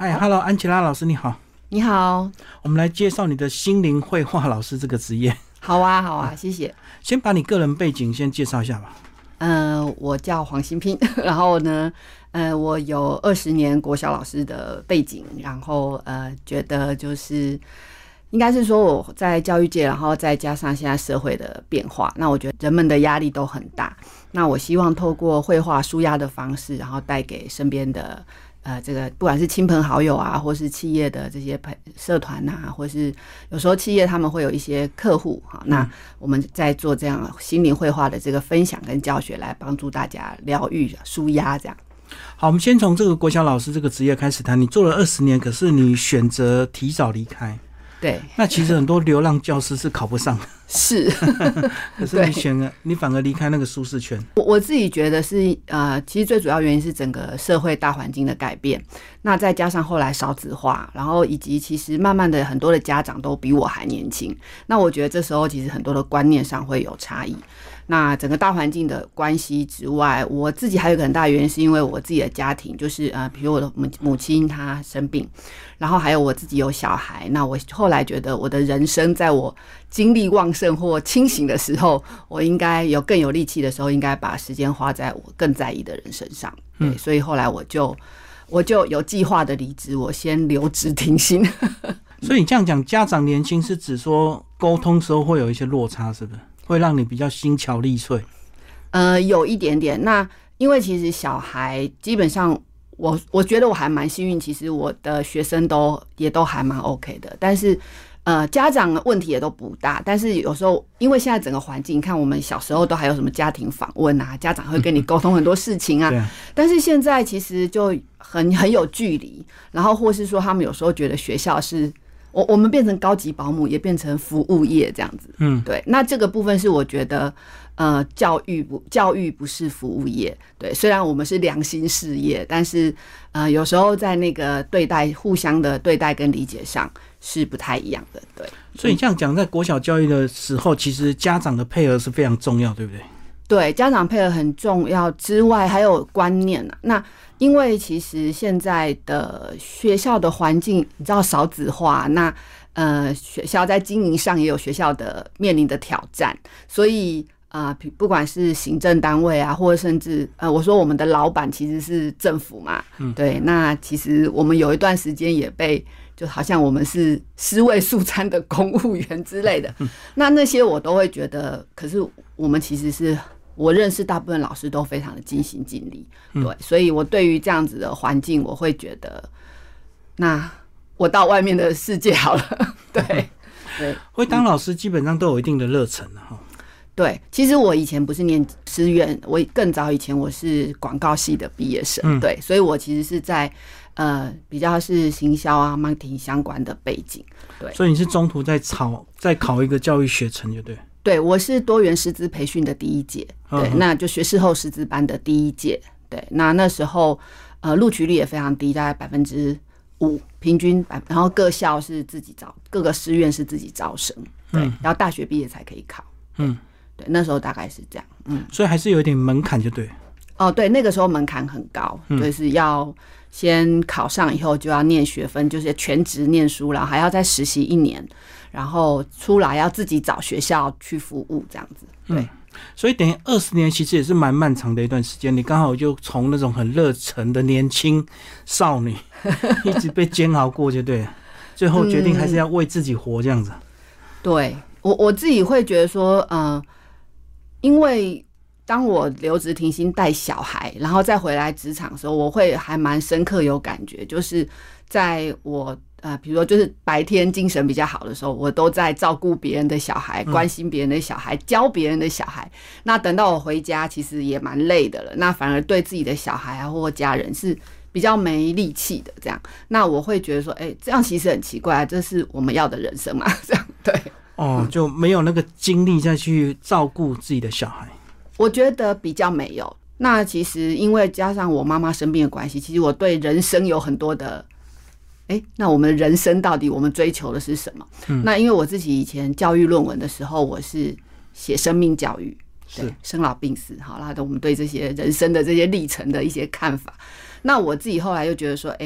嗨 ，Hello， 安琪拉老师你好。 你好。 我们来介绍你的心灵绘画老师这个职业。 好啊，谢谢。 先把你个人背景先介绍一下吧。 我叫黄新平，然后呢，我有20年国小老师的背景，然后觉得就是应该是说我在教育界，然后再加上现在社会的变化，那我觉得人们的压力都很大，那我希望透过绘画抒压的方式，然后带给身边的这个不管是亲朋好友啊，或是企业的这些社团啊，或是有时候企业他们会有一些客户哈，那我们在做这样心灵绘画的这个分享跟教学，来帮助大家疗愈抒压这样。 好，我们先从这个国小老师这个职业开始谈。你做了20年，可是你选择提早离开。 对， 那其实很多流浪教师是考不上的。 是， 可是你反而离开那个舒适圈。 我自己觉得是其实最主要原因是整个社会大环境的改变，那再加上后来少子化，然后以及其实慢慢的很多的家长都比我还年轻，那我觉得这时候其实很多的观念上会有差异。那整个大环境的关系之外，我自己还有一个很大的原因是因为我自己的家庭，就是比如我的母亲她生病，然后还有我自己有小孩，那我后来觉得我的人生在我精力旺盛或清醒的时候，我应该有更有力气的时候，应该把时间花在我更在意的人身上。对，所以后来我就有计划的离职，我先留职停薪。 所以你这样讲，家长年轻是指说沟通时候会有一些落差，是不是？会让你比较心憔力碎？ 有一点点。那因为其实小孩基本上我觉得我还蛮幸运，其实我的学生也都还蛮 OK 的，但是家长的问题也都不大，但是有时候因为现在整个环境，你看我们小时候都还有什么家庭访问啊，家长会跟你沟通很多事情啊，但是现在其实就很有距离，然后或是说他们有时候觉得学校是我们变成高级保姆，也变成服务业这样子。对，那这个部分是我觉得教育不是服务业。对，虽然我们是良心事业，但是有时候在那个互相的对待跟理解上是不太一样的。对， 所以你这样讲，在国小教育的时候，其实家长的配合是非常重要，对不对？ 对，家长配合很重要之外，还有观念啊。那因为其实现在的学校的环境，你知道少子化，那学校在经营上也有学校的面临的挑战，所以不管是行政单位啊，或者甚至我说我们的老板其实是政府嘛，对，那其实我们有一段时间也被就好像我们是尸位素餐的公务员之类的，那些我都会觉得，可是我们其实是。我认识大部分老师都非常的尽心尽力，对，所以我对于这样子的环境，我会觉得，那我到外面的世界好了，对， 会当老师基本上都有一定的热忱哈。 对，其实我以前不是念师院，我更早以前我是广告系的毕业生，对，所以我其实是在比较是行销啊、marketing 相关的背景，对， 所以你是中途再考一个教育学程，就对。对， 我是多元师资培训的第1届，对，那就学士后师资班的第1届，对，那时候录取率也非常低，大概5%平均，然后各校是自己各个师院是自己招生，对，然后大学毕业才可以考，对，那时候大概是这样， 所以还是有一点门槛，就对。 哦，对，那个时候门槛很高，就是要先考上以后就要念学分，就是全职念书，然后还要再实习1年，然后出来要自己找学校去服务这样子。对， 所以等于20年其实也是蛮漫长的一段时间，你刚好就从那种很热忱的年轻少女一直被煎熬过，就对了，最后决定还是要为自己活这样子。 对，我自己会觉得说，因为当我留职停薪带小孩，然后再回来职场的时候，我会还蛮深刻有感觉，就是在我比如说就是白天精神比较好的时候，我都在照顾别人的小孩，关心别人的小孩，教别人的小孩。那等到我回家，其实也蛮累的了，那反而对自己的小孩啊或家人是比较没力气的这样。那我会觉得说，这样其实很奇怪，这是我们要的人生嘛？这样对。 就没有那个精力再去照顾自己的小孩。 我觉得比较没有。那其实因为加上我妈妈生病的关系，其实我对人生有很多的那我们人生到底我们追求的是什么？那因为我自己以前教育论文的时候，我是写生命教育，对，生老病死，好啦，我们对这些人生的这些历程的一些看法。那我自己后来又觉得说，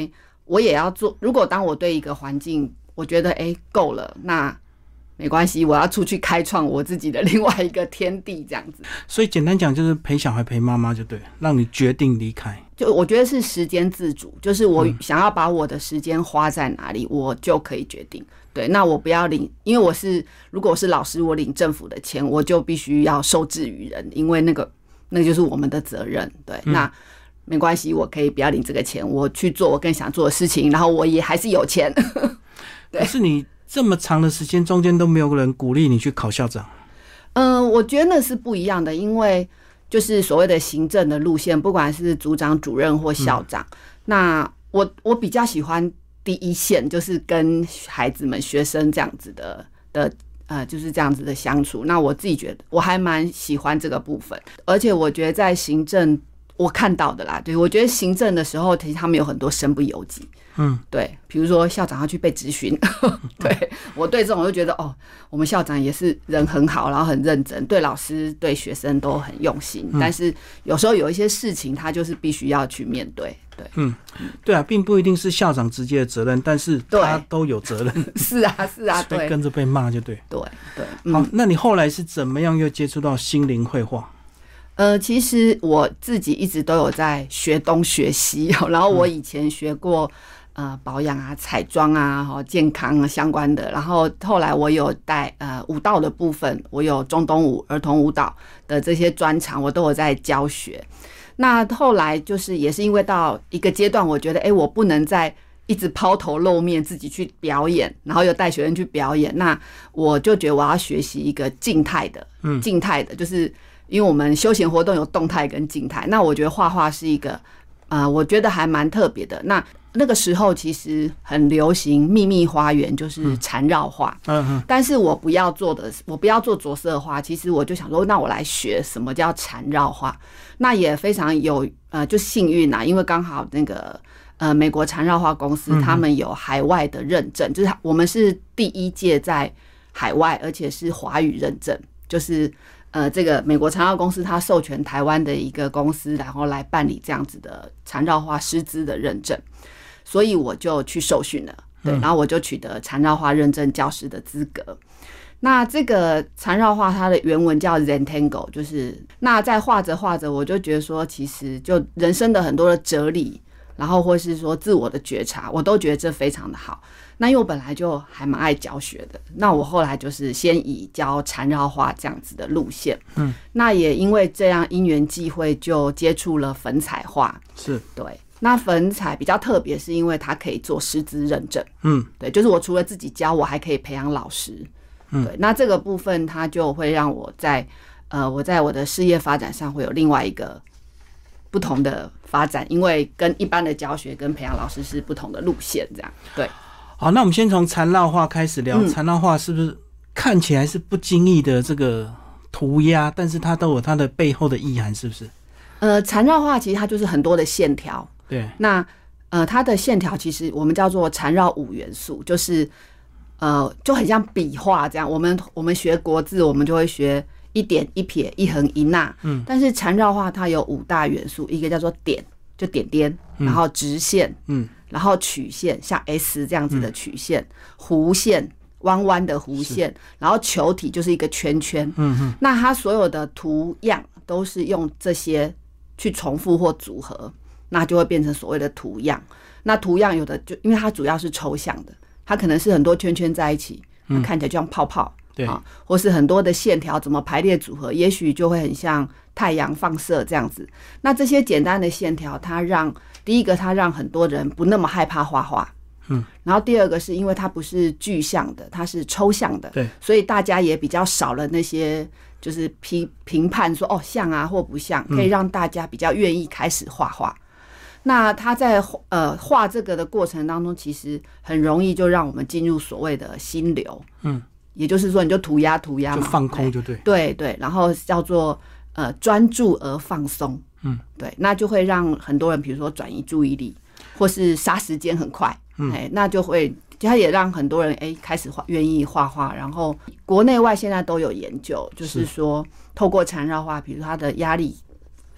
我也要做。如果当我对一个环境我觉得够了，那没关系，我要出去开创我自己的另外一个天地，这样子。 所以简单讲就是陪小孩陪妈妈就对了，让你决定离开。 就我觉得是时间自主，就是我想要把我的时间花在哪里，我就可以决定。对，那我不要领，因为如果我是老师，我领政府的钱，我就必须要受制于人，因为那个就是我们的责任。对，那没关系，我可以不要领这个钱，我去做我更想做的事情，然后我也还是有钱。对， 可是你这么长的时间中间都没有人鼓励你去考校长。 我觉得那是不一样的，因为就是所谓的行政的路线，不管是组长、主任或校长，那我比较喜欢第一线，就是跟孩子们、学生这样子的就是这样子的相处。那我自己觉得我还蛮喜欢这个部分，而且我觉得在行政我看到的啦，对，我觉得行政的时候，其实他们有很多身不由己。对，比如说校长要去被质询，对，我对这种就觉得我们校长也是人很好，然后很认真，对老师对学生都很用心，但是有时候有一些事情他就是必须要去面对。对， 对啊，并不一定是校长直接的责任，但是他都有责任。 是啊，对， 跟着被骂就对。 对， 好，那你后来是怎么样又接触到心灵绘画？ 其实我自己一直都有在学东学西，然后我以前学过保养啊、彩妆啊、健康啊相关的，然后后来我有带舞蹈的部分，我有中东舞、儿童舞蹈的这些专长，我都有在教学。那后来就是也是因为到一个阶段，我觉得我不能再一直抛头露面自己去表演，然后又带学生去表演，那我就觉得我要学习一个静态的，就是因为我们休闲活动有动态跟静态，那我觉得画画是一个我觉得还蛮特别的。那个时候其实很流行秘密花园，就是缠绕画。但是我不要做着色画，其实我就想说，那我来学什么叫缠绕画。那也非常有就幸运因为刚好那个美国缠绕画公司他们有海外的认证，就是我们是第一届在海外，而且是华语认证，就是这个美国缠绕公司它授权台湾的一个公司，然后来办理这样子的缠绕画师资的认证，所以我就去受训了。对，然后我就取得缠绕画认证教师的资格。那这个缠绕画它的原文叫 Zentangle， 就是那在画着画着，我就觉得说，其实就人生的很多的哲理，然后或是说自我的觉察，我都觉得这非常的好。那因为我本来就还蛮爱教学的，那我后来就是先以教缠绕画这样子的路线。那也因为这样因缘际会，就接触了粉彩画。 是， 对。那粉彩比较特别，是因为它可以做师资认证。对，就是我除了自己教，我还可以培养老师。对，那这个部分它就会让我在我的事业发展上会有另外一个不同的发展，因为跟一般的教学跟培养老师是不同的路线，这样。对， 好，那我们先从缠绕画开始聊。缠绕画是不是看起来是不经意的这个涂鸦，但是它都有它的背后的意涵，是不是？ 缠绕画其实它就是很多的线条。 对， 那它的线条其实我们叫做缠绕5元素，就是就很像笔画这样。我们学国字，我们就会学一点一撇一横一捺。但是缠绕画它有5大元素，一个叫做点，就点点，然后直线，然后曲线，像 S 这样子的曲线，弧线，弯弯的弧线，然后球体就是一个圈圈。那它所有的图样都是用这些去重复或组合，那就会变成所谓的图样。那图样有的就因为它主要是抽象的，它可能是很多圈圈在一起，它看起来就像泡泡。 对， 或是很多的线条怎么排列组合，也许就会很像太阳放射这样子。那这些简单的线条，第一个它让很多人不那么害怕画画。然后第二个是因为它不是具象的，它是抽象的。 对， 所以大家也比较少了那些就是评判说像啊或不像，可以让大家比较愿意开始画画。那他在画这个的过程当中，其实很容易就让我们进入所谓的心流。也就是说你就涂鸦嘛， 就放空就对。 对，然后叫做专注而放松。对，那就会让很多人比如说转移注意力，或是杀时间很快。那就会它也让很多人开始愿意画画。然后国内外现在都有研究，就是说透过缠绕画，比如他的压力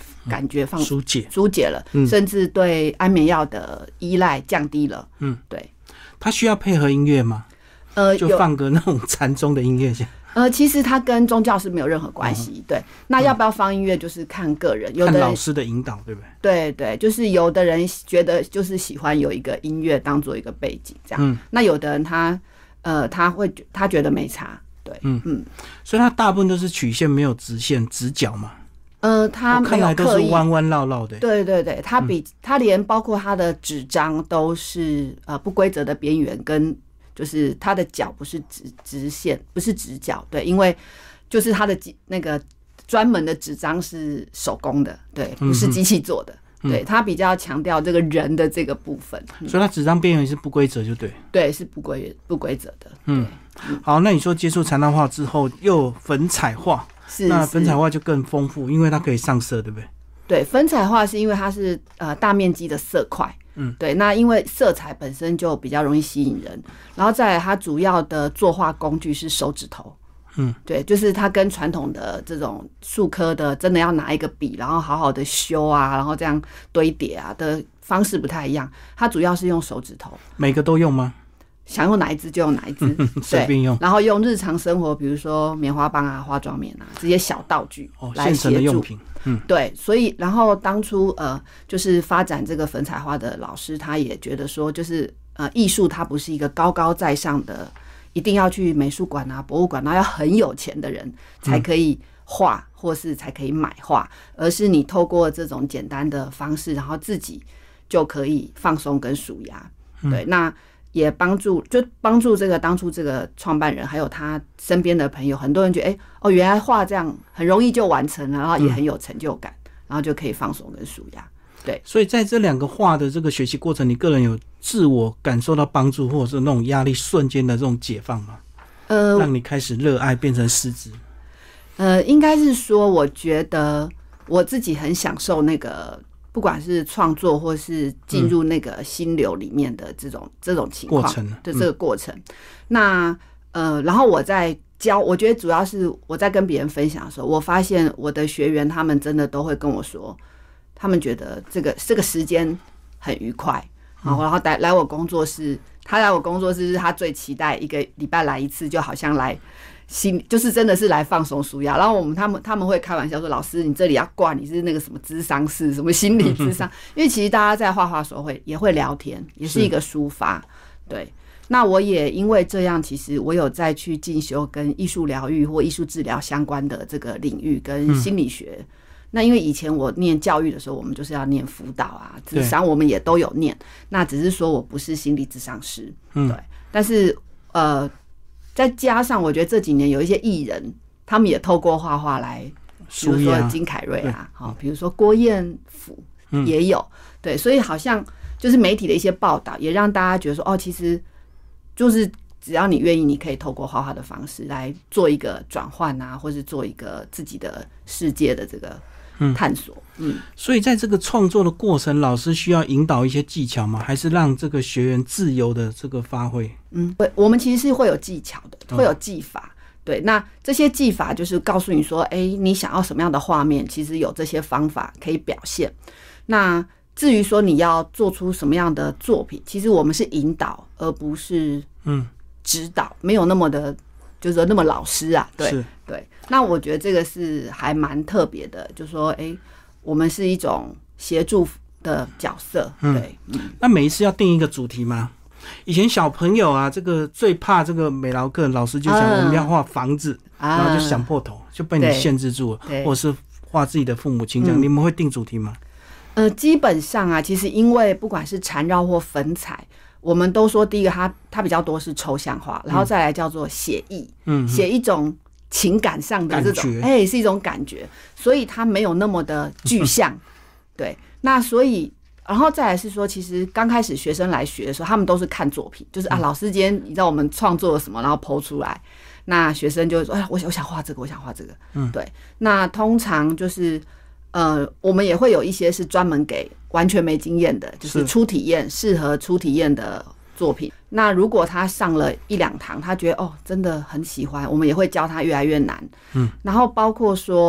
感觉疏解了，甚至对安眠药的依赖降低了。对。 他需要配合音乐吗？就放个那种禅宗的音乐先。 其实它跟宗教是没有任何关系。对，那要不要放音乐就是看个人，有的看老师的引导，对不对？ 对对，就是有的人觉得就是喜欢有一个音乐当做一个背景这样。那有的人他觉得没差。对， 所以他大部分都是曲线没有直线直角嘛。 他没有刻意， 看来都是弯弯绕绕的。 对对对，他连包括他的纸张都是不规则的边缘，跟就是他的角不是直线，不是直角。对，因为就是他的那个专门的纸张是手工的，对，不是机器做的。对，他比较强调这个人的这个部分。 所以他纸张边缘是不规则，就对。 对，是不规则的。 好，那你说接触禅道画之后又粉彩画。那粉彩画就更丰富，因为它可以上色，对不对？ 对，粉彩画是因为它是大面积的色块，对。那因为色彩本身就比较容易吸引人，然后再来它主要的作画工具是手指头，对，就是它跟传统的这种术科的真的要拿一个笔，然后好好的修啊，然后这样堆叠啊的方式不太一样，它主要是用手指头。 每个都用吗？ 想用哪一支就用哪一支， 随便用。 然后用日常生活，比如说棉花棒啊、化妆棉啊这些小道具来协助。现成的用品。对，所以然后当初就是发展这个粉彩画的老师，他也觉得说，就是艺术它不是一个高高在上的，一定要去美术馆啊、博物馆，然后要很有钱的人才可以画，或是才可以买画，而是你透过这种简单的方式，然后自己就可以放松跟抒压。对，那也帮助这个当初这个创办人，还有他身边的朋友，很多人觉得原来画这样很容易就完成了，然后也很有成就感，然后就可以放松跟抒压。对， 所以在这两个画的这个学习过程，你个人有自我感受到帮助，或者是那种压力瞬间的这种解放吗？让你开始热爱变成师资。 应该是说，我觉得我自己很享受那个。不管是创作或是进入那个心流里面的这种情况的这个过程，那然后我在教，我觉得主要是我在跟别人分享的时候，我发现我的学员他们真的都会跟我说，他们觉得这个时间很愉快，然后来我工作室，他来我工作室是他最期待一个礼拜来一次，就好像来。就是真的是来放松抒压，然后他们会开玩笑说：“老师，你这里要挂你是那个什么諮商室，什么心理諮商？”因为其实大家在画画的时候也会聊天，也是一个抒发。对，那我也因为这样，其实我有再去进修跟艺术疗愈或艺术治疗相关的这个领域跟心理学。那因为以前我念教育的时候，我们就是要念辅导啊、諮商，我们也都有念。那只是说我不是心理諮商师，对，但是再加上我觉得这几年有一些艺人，他们也透过画画来，比如说金凯瑞啊，比如说郭彦甫也有，对，所以好像就是媒体的一些报道，也让大家觉得说，其实就是只要你愿意，你可以透过画画的方式来做一个转换啊，或是做一个自己的世界的这个探索。 所以在这个创作的过程，老师需要引导一些技巧吗？还是让这个学员自由的这个发挥？ 我们其实是会有技巧的，会有技法。对，那这些技法就是告诉你说，你想要什么样的画面，其实有这些方法可以表现。那至于说你要做出什么样的作品，其实我们是引导，而不是指导，没有那么的，就是说那么老师啊。对对，那我觉得这个是还蛮特别的，就是说，我们是一种协助的角色。对， 那每一次要定一个主题吗？以前小朋友啊，这个最怕这个美劳课，老师就讲我们要画房子，然后就想破头，就被你限制住了，或者是画自己的父母亲这样。你们会定主题吗？ 基本上啊，其实因为不管是缠绕或粉彩，我们都说第一个它比较多是抽象化，然后再来叫做写意，写一种情感上的这种，是一种感觉，所以它没有那么的具象。对，那所以。然后再来是说，其实刚开始学生来学的时候，他们都是看作品，就是老师今天你知道我们创作了什么，然后 po 出来，那学生就会说，我想画这个，我想画这个。对。那通常就是我们也会有一些是专门给完全没经验的，就是初体验，适合初体验的作品。那如果他上了1-2堂，他觉得真的很喜欢，我们也会教他越来越难。然后包括说。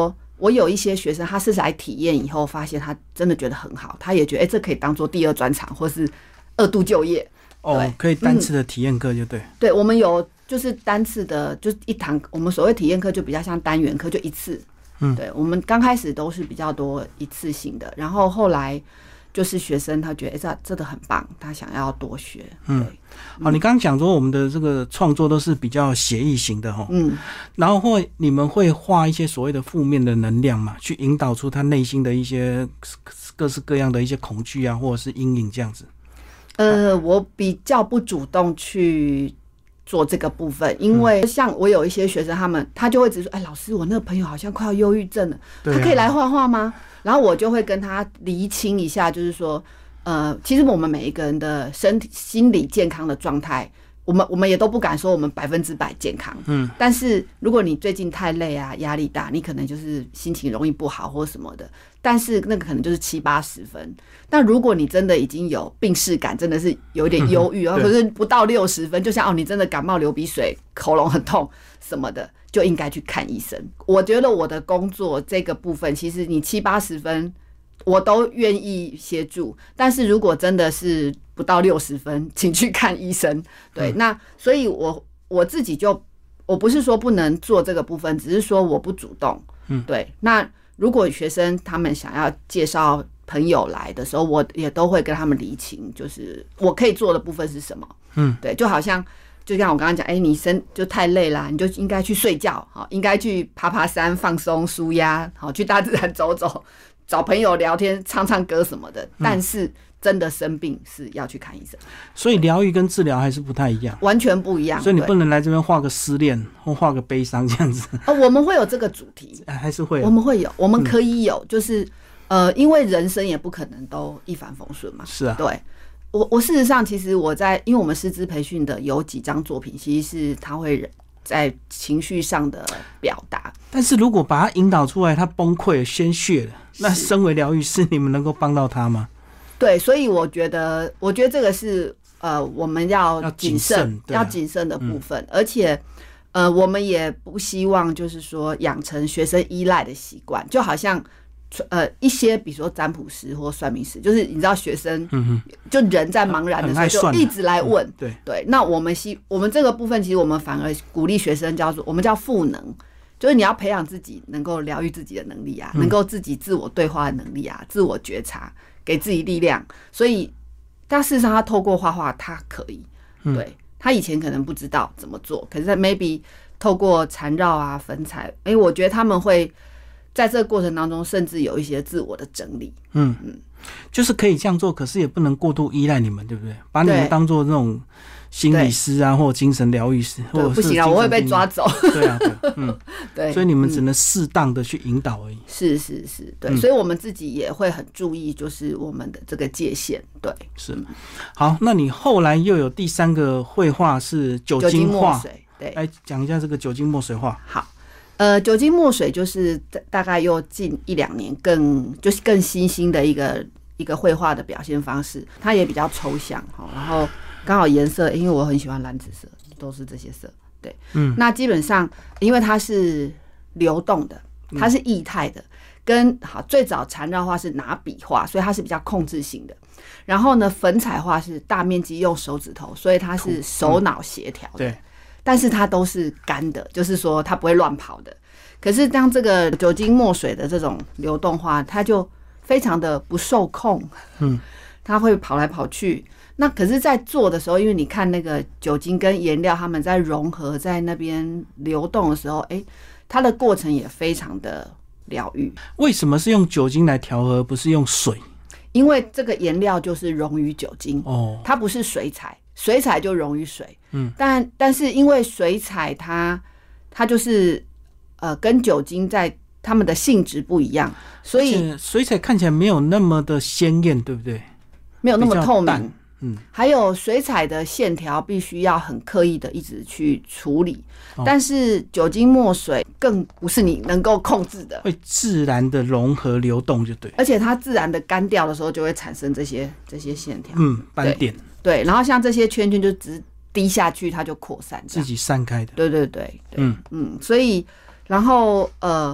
我有一些学生，他是来体验以后，发现他真的觉得很好，他也觉得这可以当做第二专长，或是2度就业。 可以单次的体验课就对。 对，我们有就是单次的，就是一堂，我们所谓体验课就比较像单元课，就一次。对，我们刚开始都是比较多一次性的，然后后来就是学生他觉得这真的很棒，他想要多学。 好，你刚刚讲说我们的这个创作都是比较写意型的然后你们会画一些所谓的负面的能量嘛，去引导出他内心的一些各式各样的一些恐惧啊，或者是阴影这样子。 我比较不主动去做这个部分，因为像我有一些学生，他就会直说，老师，我那个朋友好像快要忧郁症了，他可以来画画吗？然后我就会跟他厘清一下，就是说，其实我们每一个人的心理健康的状态，我们也都不敢说我们100%健康，但是如果你最近太累啊，压力大，你可能就是心情容易不好或什么的，但是那个可能就是70-80分。但如果你真的已经有病识感，真的是有点忧郁，可是不到60分，就像你真的感冒流鼻水，喉咙很痛什么的，就应该去看医生。我觉得我的工作这个部分，其实你70-80分我都愿意协助，但是如果真的是不到60分，请去看医生。对，那所以我自己我不是说不能做这个部分，只是说我不主动。对。那如果学生他们想要介绍朋友来的时候，我也都会跟他们厘清，就是我可以做的部分是什么。对，就像我刚刚讲，你就太累啦，你就应该去睡觉，应该去爬山放松舒压，去大自然走走，找朋友聊天，唱唱歌什么的。但是真的生病是要去看医生。 所以疗愈跟治疗还是不太一样， 完全不一样。 所以你不能来这边画个失恋或画个悲伤这样子。 我们会有这个主题， 还是会我们会有，我们可以有，就是因为人生也不可能都一帆风顺嘛。 是啊， 对。我事实上，其实因为我们师资培训的有几张作品，其实是他会在情绪上的表达。 但是如果把他引导出来，他崩溃鲜血了，那身为疗愈师，你们能够帮到他吗？ 对，所以我觉得这个是我们要谨慎的部分，而且我们也不希望就是说养成学生依赖的习惯，就好像一些比如说占卜师或算命师，就是你知道学生就人在茫然的时候就一直来问。对，那我们这个部分其实我们反而鼓励学生我们叫赋能，就是你要培养自己能够疗愈自己的能力啊，能够自己自我对话的能力啊，自我觉察，给自己力量。所以但事实上他透过画画他可以，对，他以前可能不知道怎么做，可是 maybe 透过缠绕啊粉彩，我觉得他们会在这个过程当中甚至有一些自我的整理。 就是可以这样做，可是也不能过度依赖你们，对不对？把你们当做那种心理师啊，或精神疗愈师，或者是不行啊，我会被抓走。 对啊，对，所以你们只能适当的去引导而已。 是，对，所以我们自己也会很注意，就是我们的这个界限。对， 是。好，那你后来又有第3个绘画是酒精画， 对， 来讲一下这个酒精墨水画。 好。酒精墨水就是大概又近1-2年更新兴的一个绘画的表现方式，它也比较抽象，然后刚好颜色，因为我很喜欢蓝紫色，都是这些色。对，那基本上因为它是流动的，它是液态的，最早缠绕画是拿笔画，所以它是比较控制性的。然后呢，粉彩画是大面积用手指头，所以它是手脑协调的。对。但是它都是干的，就是说它不会乱跑的。可是当这个酒精墨水的这种流动画，它就非常的不受控，它会跑来跑去。那可是在做的时候，因为你看那个酒精跟颜料它们在融合，在那边流动的时候，它的过程也非常的疗愈。 为什么是用酒精来调和，不是用水？ 因为这个颜料就是溶于酒精，它不是水彩。水彩就溶于水，但是因为水彩它就是跟酒精在它们的性质不一样，所以水彩看起来没有那么的鲜艳，对不对？ 没有那么透明。还有水彩的线条必须要很刻意的一直去处理，但是酒精墨水更不是你能够控制的， 会自然的融合流动就对， 而且它自然的干掉的时候就会产生这些线条， 斑点。 对，然后像这些圈圈就直滴下去，它就扩散， 自己散开的。 对，所以然后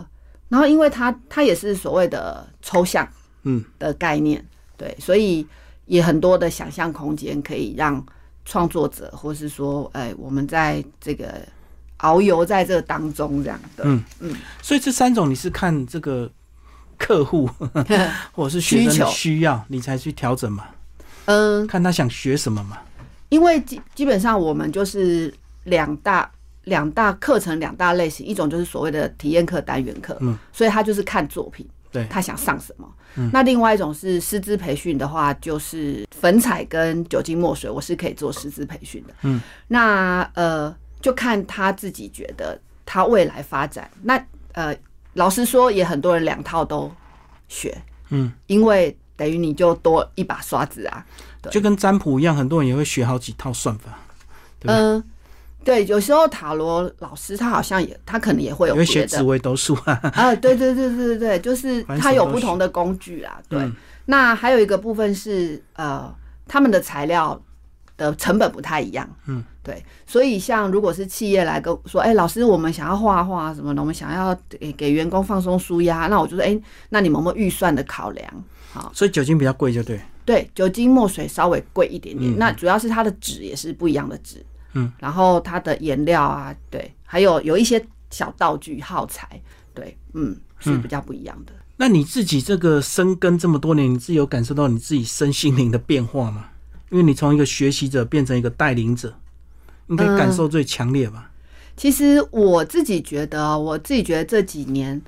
然后因为它也是所谓的抽象的概念，对，所以也很多的想象空间可以让创作者，或是说，我们在这个遨游在这当中这样的。 所以这3种你是看这个客户或者是学生的需要，你才去调整嘛？看他想学什么嘛？ 因为基本上我们就是两大课程2大类型，一种就是所谓的体验课、单元课，所以他就是看作品， 对， 他想上什么。那另外一种是师资培训的话，就是粉彩跟酒精墨水，我是可以做师资培训的。那就看他自己觉得他未来发展。那老实说，也很多人2套都学，因为等于你就多一把刷子啊。 就跟占卜一样，很多人也会学好几套算法，对吧？ 对，有时候塔罗老师他好像他可能也会有别的， 学紫微斗数啊。 对，就是他有不同的工具啦。对，那还有一个部分是他们的材料的成本不太一样。对，所以像如果是企业来跟我说，老师我们想要画画什么的，我们想要给员工放松舒压，那我就说，那你们有没有预算的考量？好， 所以酒精比较贵就对。 对，酒精墨水稍微贵一点点，那主要是它的纸也是不一样的纸，然后它的颜料啊，对，还有一些小道具耗材，对，是比较不一样的。 那你自己这个深耕这么多年，你自己有感受到你自己身心灵的变化吗？因为你从一个学习者变成一个带领者，应该感受最强烈吧？ 其实我自己觉得这几年，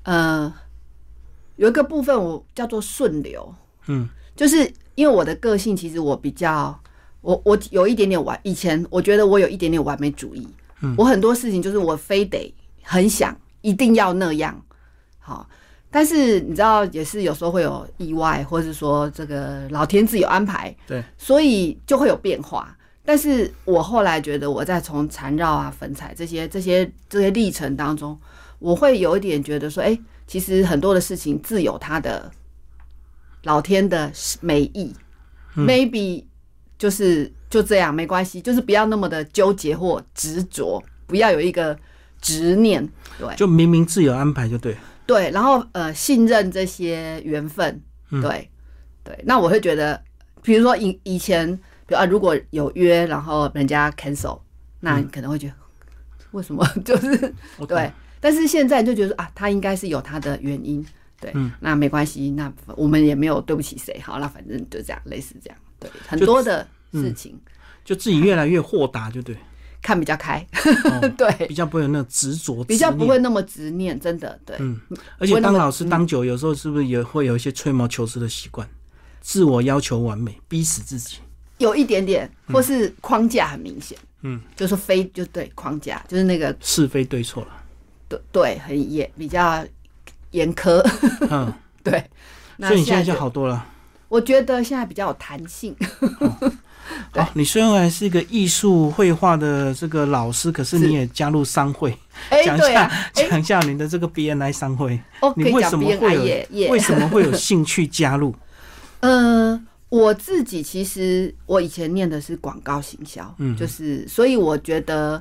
有一个部分我叫做顺流，就是因为我的个性，其实我比较，我有一点点以前我觉得我有一点点完美主义，我很多事情就是我非得很想一定要那样，好，但是你知道也是有时候会有意外，或是说这个老天自有安排， 对， 所以就会有变化。但是我后来觉得我在从缠绕啊、粉彩这些历程当中，我会有一点觉得说，其实很多的事情自有它的老天的美意，maybe 就这样没关系，就是不要那么的纠结或执着，不要有一个执念，对， 就冥冥自有安排就对。 对，然后信任这些缘分，对，那我会觉得，比如说以前，比如如果有约，然后人家 cancel， 那你可能会觉得为什么就是对，但是现在就觉得他应该是有他的原因。对，那没关系，那我们也没有对不起谁，好，那反正就这样，类似这样，对，很多的事情， 就自己越来越豁达，就对， 看比较开，对， 比较不会有那个执着， 比较不会那么执念，真的，对， 而且当老师当久，有时候是不是也会有一些吹毛求疵的习惯，自我要求完美，逼死自己， 有一点点，或是框架很明显，就是就对框架，就是那个是非对错了， 对，比较严苛，对， 所以你现在就好多了。 我觉得现在比较有弹性。 好，你虽然还是一个艺术绘画的这个老师，可是你也加入商会，讲一下你的这个 BNI 商会，你为什么会有兴趣加入？ 我自己其实我以前念的是广告行销，就是所以我觉得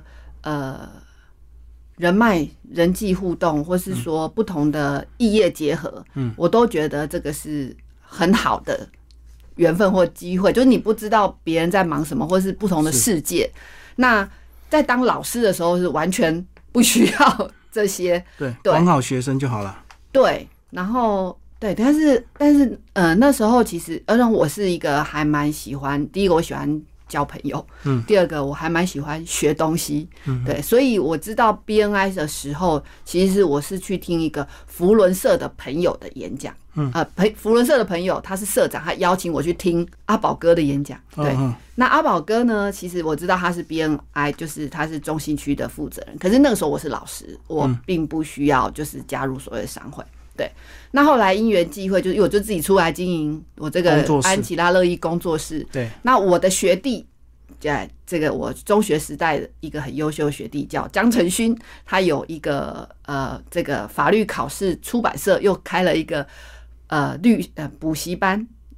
人脉、人际互动，或是说不同的异业结合，我都觉得这个是很好的缘分或机会。就是你不知道别人在忙什么，或是不同的世界。那在当老师的时候，是完全不需要这些，对， 管好学生就好了。 对，然后对，但是那时候其实，我是一个还蛮喜欢，第一个我喜欢交朋友，第二个我还蛮喜欢学东西，对，所以我知道 BNI 的时候，其实我是去听一个福伦社的朋友的演讲，福伦社的朋友他是社长，他邀请我去听阿宝哥的演讲，对，那阿宝哥呢，其实我知道他是 BNI， 就是他是中信区的负责人，可是那个时候我是老师，我并不需要就是加入所谓的商会。对，那后来因缘际会，就是我就自己出来经营我这个安琪拉乐意工作室。对，那我的学弟，这个我中学时代的一个很优秀的学弟叫张承勋，他有一个这个法律考试出版社又开了一个补习班，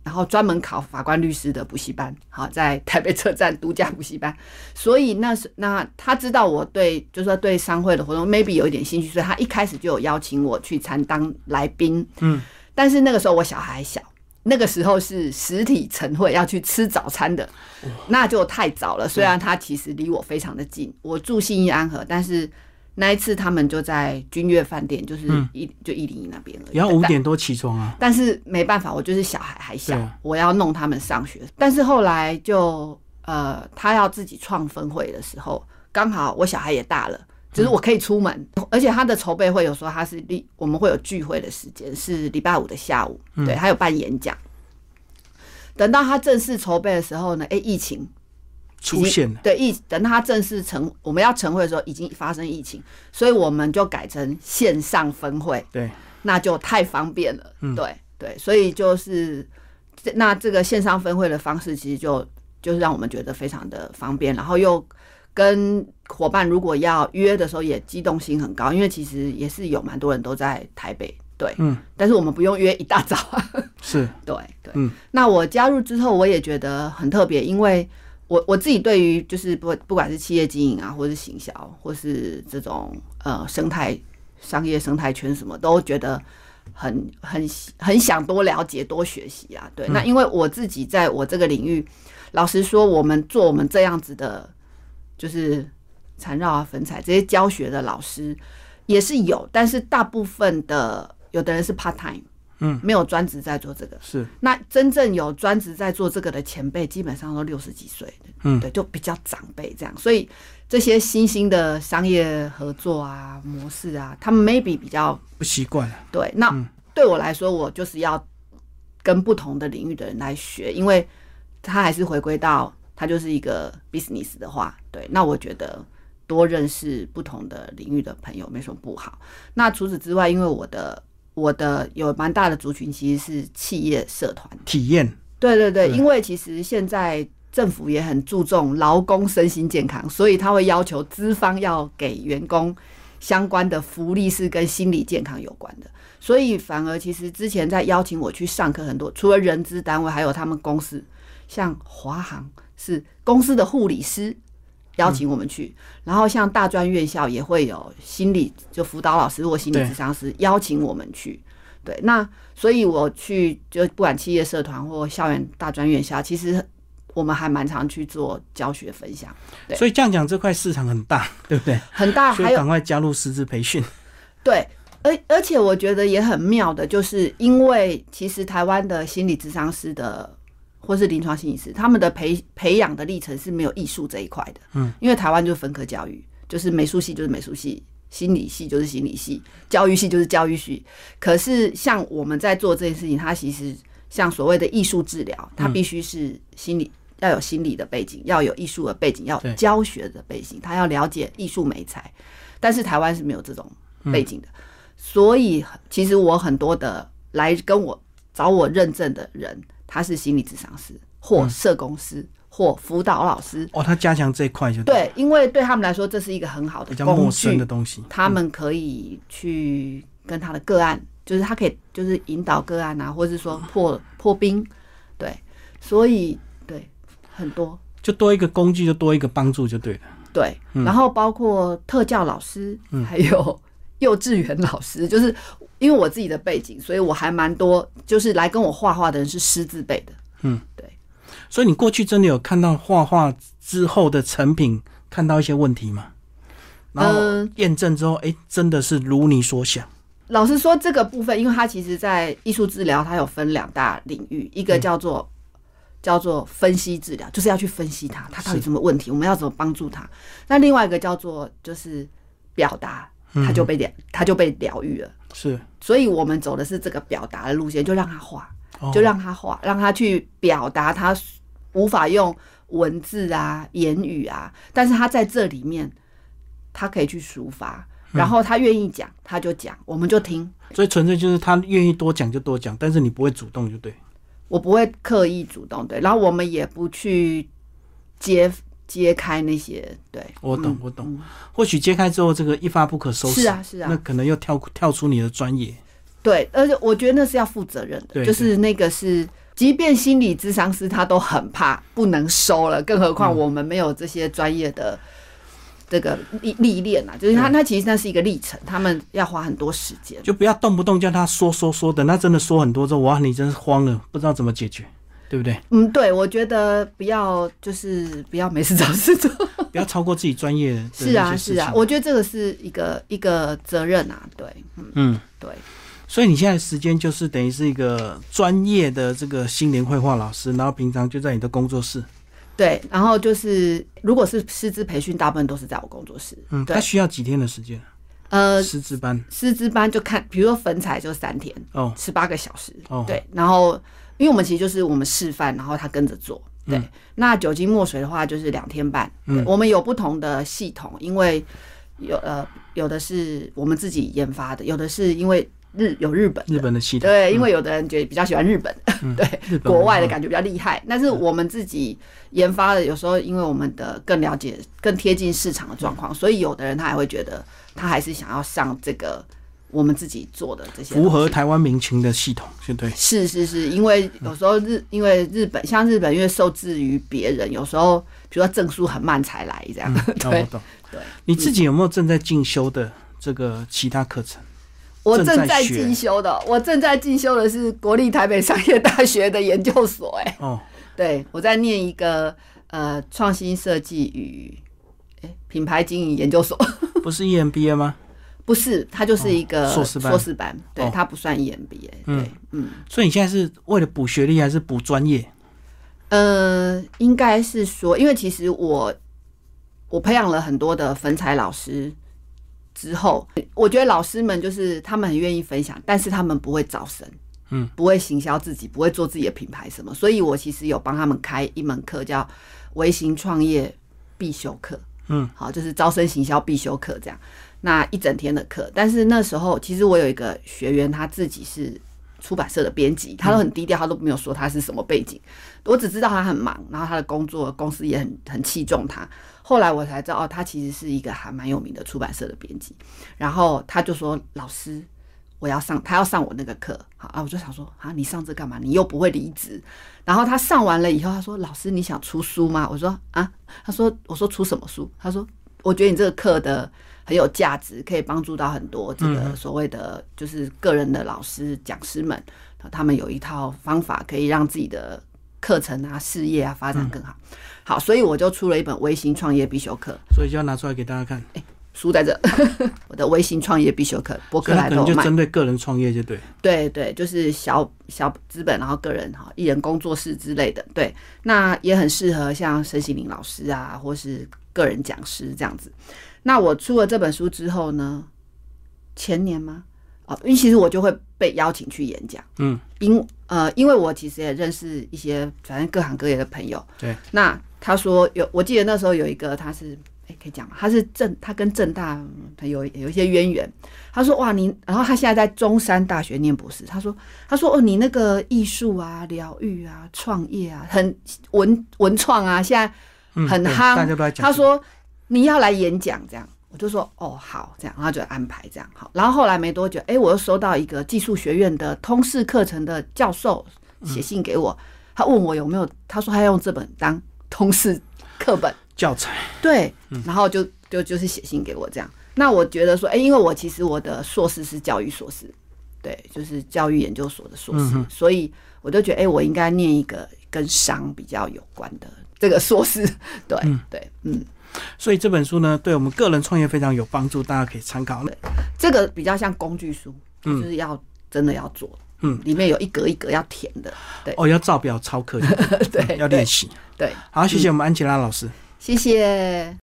然后专门考法官律师的补习班，好，在台北车站独家补习班。所以那他知道我就是说对商会的活动 maybe 有一点兴趣，所以他一开始就有邀请我去当来宾。但是那个时候我小孩还小，那个时候是实体晨会要去吃早餐的，那就太早了。虽然他其实离我非常的近，我住信义安和，但是那一次他们就在君悦饭店，就是就101那边而已。 也要5点多起床啊。 但是没办法，我就是小孩还小，我要弄他们上学。但是后来就他要自己创分会的时候，刚好我小孩也大了，就是我可以出门，而且他的筹备会有说我们会有聚会的时间是礼拜5的下午，对，还有办演讲。等到他正式筹备的时候呢，疫情出现了， 对，等到他正式我们要晨会的时候，已经发生疫情，所以我们就改成线上分会， 对， 那就太方便了，对，所以就是那这个线上分会的方式，其实就是让我们觉得非常的方便，然后又跟伙伴如果要约的时候也机动性很高，因为其实也是有蛮多人都在台北，对，但是我们不用约一大早， 是， 对，那我加入之后，我也觉得很特别，因为我自己对于就是不管是企业经营啊，或是行销，或是这种商业生态圈什么，都觉得很想多了解多学习啊。对，那因为我自己在我这个领域，老实说，我们这样子的，就是缠绕啊、粉彩这些教学的老师也是有，但是大部分的有的人是 part time。没有专职在做这个， 是。 那真正有专职在做这个的前辈，基本上都60几岁的，对，就比较长辈这样。所以这些新兴的商业合作啊、模式啊，他们 maybe 比较不习惯。 对，那对我来说，我就是要跟不同的领域的人来学，因为他还是回归到他就是一个 business 的话，对，那我觉得多认识不同的领域的朋友没什么不好。那除此之外，因为我的有蛮大的族群其实是企业社团体验， 对，因为其实现在政府也很注重劳工身心健康，所以他会要求资方要给员工相关的福利是跟心理健康有关的，所以反而其实之前在邀请我去上课很多，除了人资单位，还有他们公司，像华航是公司的护理师邀请我们去，然后像大专院校也会有就辅导老师或心理咨商师邀请我们去，对，那所以我去就不管企业社团或校园大专院校，其实我们还蛮常去做教学分享，对， 所以这样讲这块市场很大，对不对？ 很大， 所以赶快加入师资培训。 对，而且我觉得也很妙的，就是因为其实台湾的心理咨商师的或是临床心理师，他们的培养的历程是没有艺术这一块的，因为台湾就是分科教育，就是美术系就是美术系，心理系就是心理系，教育系就是教育系。可是像我们在做这件事情，它其实像所谓的艺术治疗，它必须是要有心理的背景，要有艺术的背景，要有教学的背景，他要了解艺术美材。但是台湾是没有这种背景的，所以其实我很多的来找我认证的人，他是心理咨商师或社工师或辅导老师。 他加强这一块就对，因为对他们来说这是一个很好的比较陌生的东西， 他们可以去跟他的个案，就是他可以就是引导个案啊，或是说破冰，对，所以对很多就多一个工具，就多一个帮助就对了。 对，然后包括特教老师，还有幼稚园老师，就是因为我自己的背景，所以我还蛮多，就是来跟我画画的人是师字辈的。对。 所以你过去真的有看到画画之后的成品，看到一些问题吗？然后验证之后，真的是如你所想。 老实说，这个部分，因为它其实在艺术治疗，它有分2大领域，一个叫做分析治疗，就是要去分析它到底什么问题，我们要怎么帮助它。那另外一个叫做就是表达，它就被疗愈了。是，所以我们走的是这个表达的路线，就让他画，让他去表达他无法用文字啊、言语啊，但是他在这里面，他可以去抒发，然后他愿意讲，他就讲，我们就听。 所以纯粹就是他愿意多讲就多讲，但是你不会主动就对。 我不会刻意主动，对，然后我们也不去揭开那些，对， 我懂。或许揭开之后，这个一发不可收拾。 是啊， 那可能又跳出你的专业。 对，而且我觉得那是要负责任的，就是那个是即便心理咨商师他都很怕不能收了，更何况我们没有这些专业的这个历练啊，就是他其实那是一个历程，他们要花很多时间， 就不要动不动叫他说，等他真的说很多之后，哇，你真是慌了，不知道怎么解决，对不对？ 对，我觉得不要没事找事做， 不要超过自己专业的那些事情。 是啊，我觉得这个是一个责任啊，对，对。 所以你现在的时间就是等于是一个专业的这个心灵绘画老师，然后平常就在你的工作室。 对，然后就是如果是师资培训，大部分都是在我工作室。 他需要几天的时间？师资班就看，比如说粉彩就3天，18个小时。对，然后因为我们其实就是我们示范，然后他跟着做。对，那酒精墨水的话就是2天半。我们有不同的系统，因为有的是我们自己研发的，有的是因为日本的系统， 对，因为有的人觉得比较喜欢日本，对，国外的感觉比较厉害，但是我们自己研发的，有时候因为我们的更了解、更贴近市场的状况，所以有的人他还会觉得他还是想要上这个我们自己做的这些符合台湾民情的系统，对， 是，因为有时候因为日本因为受制于别人，有时候比如说证书很慢才来这样，对， 你自己有没有正在进修的这个其他课程？ 我正在进修的是国立台北商业大学的研究所，对，我在念一个创新设计与品牌经营研究所， 不是 EMBA 吗？ 不是，它就是一个硕士班， 对，它不算 EMBA，对， 所以你现在是为了补学历还是补专业？ 应该是说，因为其实我培养了很多的粉彩老师。之后，我觉得老师们就是他们很愿意分享，但是他们不会招生，不会行销自己，不会做自己的品牌什么，所以我其实有帮他们开一门课叫微型创业必修课，好，就是招生行销必修课这样，那一整天的课。但是那时候其实我有一个学员，他自己是出版社的编辑，他都很低调，他都没有说他是什么背景，我只知道他很忙，然后他的公司也很器重他。后来我才知道，他其实是一个还蛮有名的出版社的编辑。然后他就说：“老师，他要上我那个课。”好啊，我就想说：“啊，你上这干嘛？你又不会离职。”然后他上完了以后，他说：“老师，你想出书吗？”我说：“啊。”我说出什么书？他说：“我觉得你这个课的很有价值，可以帮助到很多这个所谓的就是个人的老师、讲师们，他们有一套方法可以让自己的课程啊、事业啊发展更好。”好，所以我就出了一本微型创业必修课， 所以就要拿出来给大家看。 书在这，我的微型创业必修课，博客来都有卖。 可能就针对个人创业就对。 对，就是小资本，然后个人艺人工作室之类的。对，那也很适合像身心灵老师啊，或是个人讲师这样子。那我出了这本书之后呢，前年吗？因为其实我就会被邀请去演讲，因为我其实也认识一些反正各行各业的朋友， 对。 那他说我记得那时候有一个他是可以讲吗？他跟政大有一些渊源。他说哇然后他现在在中山大学念博士。他说你那个艺术啊、疗愈啊、创业啊，很文创啊，现在很夯。 大家都在讲。 他说你要来演讲这样。我就说好，这样，然后就安排这样好。然后后来没多久，我又收到一个技术学院的通识课程的教授写信给我，他问我有没有，他说他要用这本当通识课本教材， 对，然后就是写信给我这样。那我觉得说，因为其实我的硕士是教育硕士，对，就是教育研究所的硕士，所以我就觉得，我应该念一个跟商比较有关的这个硕士，对， 所以这本书呢，对我们个人创业非常有帮助，大家可以参考。 这个比较像工具书，就是真的要做，里面有一格一格要填的，对， 要照表抄课， 对， 要练习， 对。 好，谢谢我们安琪拉老师， 谢谢。